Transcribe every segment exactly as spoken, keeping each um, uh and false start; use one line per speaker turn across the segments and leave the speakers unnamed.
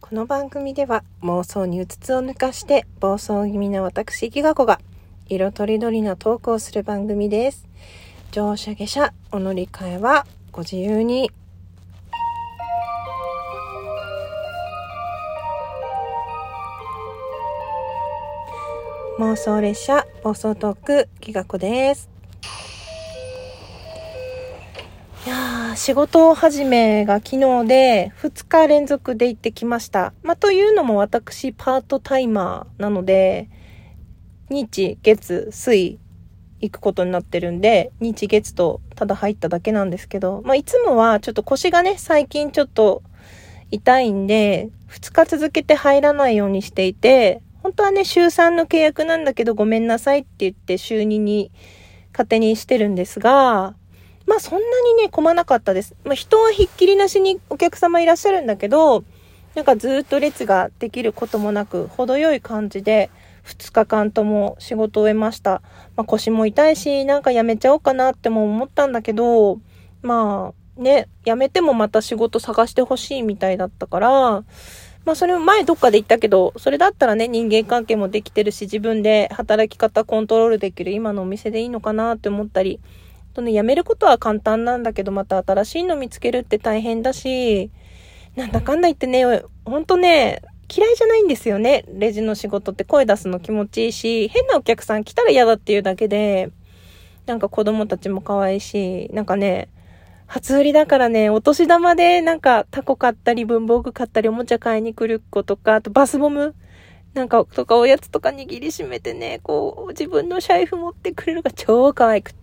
この番組では妄想にうつつを抜かして暴走気味な私ギガ子が色とりどりなトークをする番組です。乗車下車お乗り換えはご自由に。妄想列車暴走トークギガ子です。いやー、仕事始めが昨日でふつか連続で行ってきました。まあ、というのも私パートタイマーなので、日月水行くことになってるんで、日月とただ入っただけなんですけど、まあ、いつもはちょっと腰がね、最近ちょっと痛いんで、ふつか続けて入らないようにしていて、本当はね、週さんの契約なんだけどごめんなさいって言って週にに勝手にしてるんですが、まあそんなにね、混まなかったです。まあ人はひっきりなしにお客様いらっしゃるんだけど、なんかずっと列ができることもなく、程よい感じでふつかかんとも仕事を終えました。まあ腰も痛いし、なんかやめちゃおうかなっても思ったんだけど、まあね、やめてもまた仕事探してほしいみたいだったから、まあそれも前どっかで言ったけど、それだったらね、人間関係もできてるし、自分で働き方コントロールできる今のお店でいいのかなって思ったり、とね、辞めることは簡単なんだけど、また新しいの見つけるって大変だし、なんだかんだ言ってね、ほんとね、嫌いじゃないんですよね。レジの仕事って声出すの気持ちいいし、変なお客さん来たら嫌だっていうだけで、なんか子供たちも可愛いし、なんかね、初売りだからね、お年玉でなんかタコ買ったり文房具買ったりおもちゃ買いに来る子とか、あとバスボムなんかとかおやつとか握りしめてね、こう自分の財布持ってくれるが超可愛くって、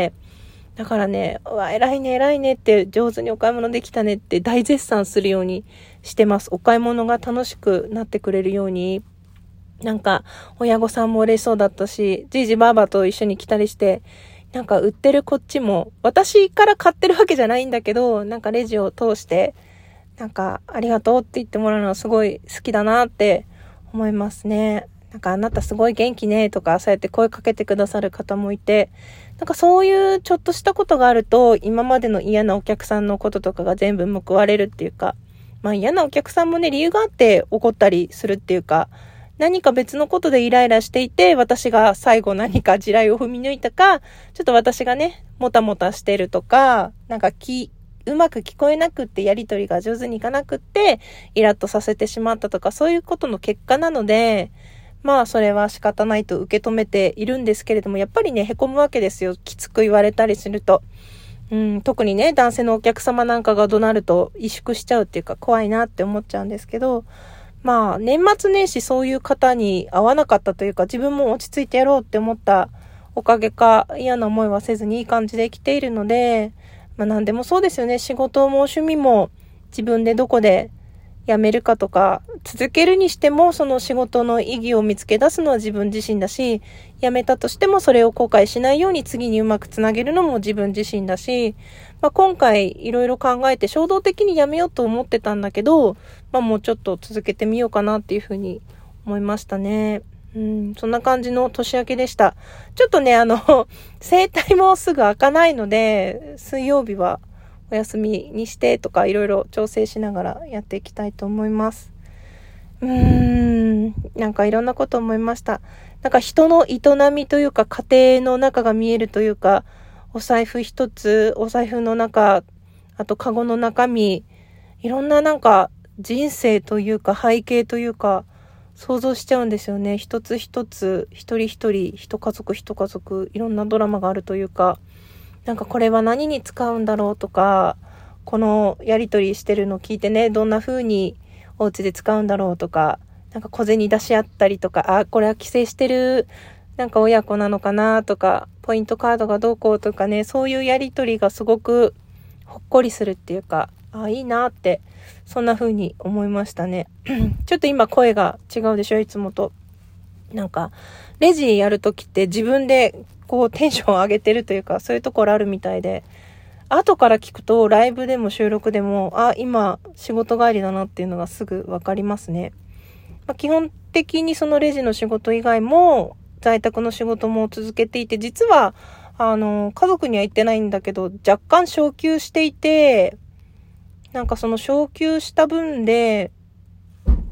だからね、うわ、偉いね、偉いねって、上手にお買い物できたねって大絶賛するようにしてます。お買い物が楽しくなってくれるように。なんか、親御さんも嬉しそうだったし、じいじばあばと一緒に来たりして、なんか売ってるこっちも、私から買ってるわけじゃないんだけど、なんかレジを通して、なんか、ありがとうって言ってもらうのはすごい好きだなって思いますね。なんかあなたすごい元気ねとかそうやって声かけてくださる方もいて、なんかそういうちょっとしたことがあると今までの嫌なお客さんのこととかが全部報われるっていうか、まあ嫌なお客さんもね理由があって怒ったりするっていうか、何か別のことでイライラしていて私が最後何か地雷を踏み抜いたか、ちょっと私がねもたもたしてるとか、なんかきうまく聞こえなくってやりとりが上手にいかなくってイラッとさせてしまったとか、そういうことの結果なので、まあそれは仕方ないと受け止めているんですけれども、やっぱりね、凹むわけですよ。きつく言われたりすると。うん、特にね、男性のお客様なんかが怒鳴ると萎縮しちゃうっていうか怖いなって思っちゃうんですけど、まあ年末年始そういう方に会わなかったというか、自分も落ち着いてやろうって思ったおかげか嫌な思いはせずにいい感じで来ているので、まあ何でもそうですよね。仕事も趣味も自分でどこで辞めるかとか、続けるにしてもその仕事の意義を見つけ出すのは自分自身だし、辞めたとしてもそれを後悔しないように次にうまくつなげるのも自分自身だし、まあ、今回いろいろ考えて衝動的に辞めようと思ってたんだけど、まあもうちょっと続けてみようかなっていうふうに思いましたね。うん、そんな感じの年明けでした。ちょっとね、あの、整体もすぐ開かないので、水曜日はお休みにしてとかいろいろ調整しながらやっていきたいと思います。うーん、なんかいろんなこと思いました。なんか人の営みというか家庭の中が見えるというか、お財布一つ、お財布の中、あとカゴの中身、いろんななんか人生というか背景というか想像しちゃうんですよね。一つ一つ、一人一人、一家族一家族、いろんなドラマがあるというか、なんかこれは何に使うんだろうとか、このやりとりしてるの聞いてね、どんな風にお家で使うんだろうとか、なんか小銭出し合ったりとか、あ、これは帰省してるなんか親子なのかなとか、ポイントカードがどうこうとかね、そういうやりとりがすごくほっこりするっていうか、あ、いいなって、そんな風に思いましたね。ちょっと今声が違うでしょ、いつもと。なんか、レジやるときって自分でこうテンション上げてるというか、そういうところあるみたいで、後から聞くとライブでも収録でも、あ、今仕事帰りだなっていうのがすぐわかりますね。まあ、基本的にそのレジの仕事以外も在宅の仕事も続けていて、実はあの家族には言ってないんだけど若干昇給していて、なんかその昇給した分で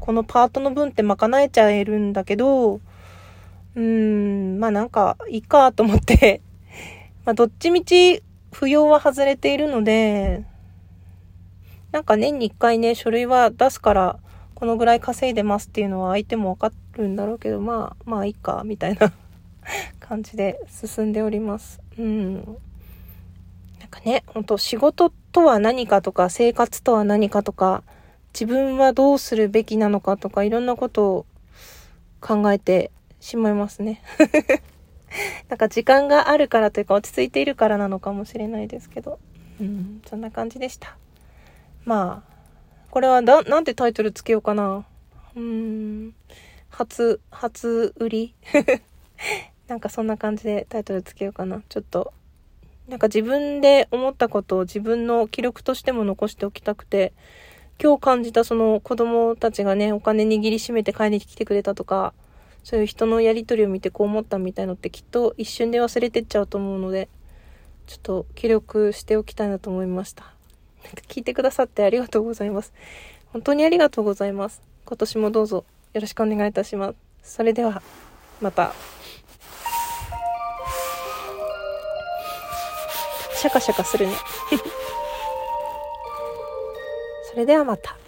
このパートの分って賄えちゃえるんだけど、うーん、まあなんかいいかと思って、まあどっちみち扶養は外れているので、なんか年にいっかいね、書類は出すから、このぐらい稼いでますっていうのは相手もわかるんだろうけど、まあ、まあいいか、みたいな感じで進んでおります。うん。なんかね、ほんと仕事とは何かとか、生活とは何かとか、自分はどうするべきなのかとか、いろんなことを考えてしまいますね。なんか時間があるからというか、落ち着いているからなのかもしれないですけど、うん、そんな感じでした。まあ、これはな、なんてタイトルつけようかな。うーん。初、初売りなんかそんな感じでタイトルつけようかな。ちょっと、なんか自分で思ったことを自分の記録としても残しておきたくて、今日感じたその子供たちがね、お金握りしめて買いに来てくれたとか、そういう人のやりとりを見てこう思ったみたいのってきっと一瞬で忘れてっちゃうと思うので、ちょっと記録しておきたいなと思いました。聞いてくださってありがとうございます。本当にありがとうございます。今年もどうぞよろしくお願いいたします。それではまた。シャカシャカするね。それではまた。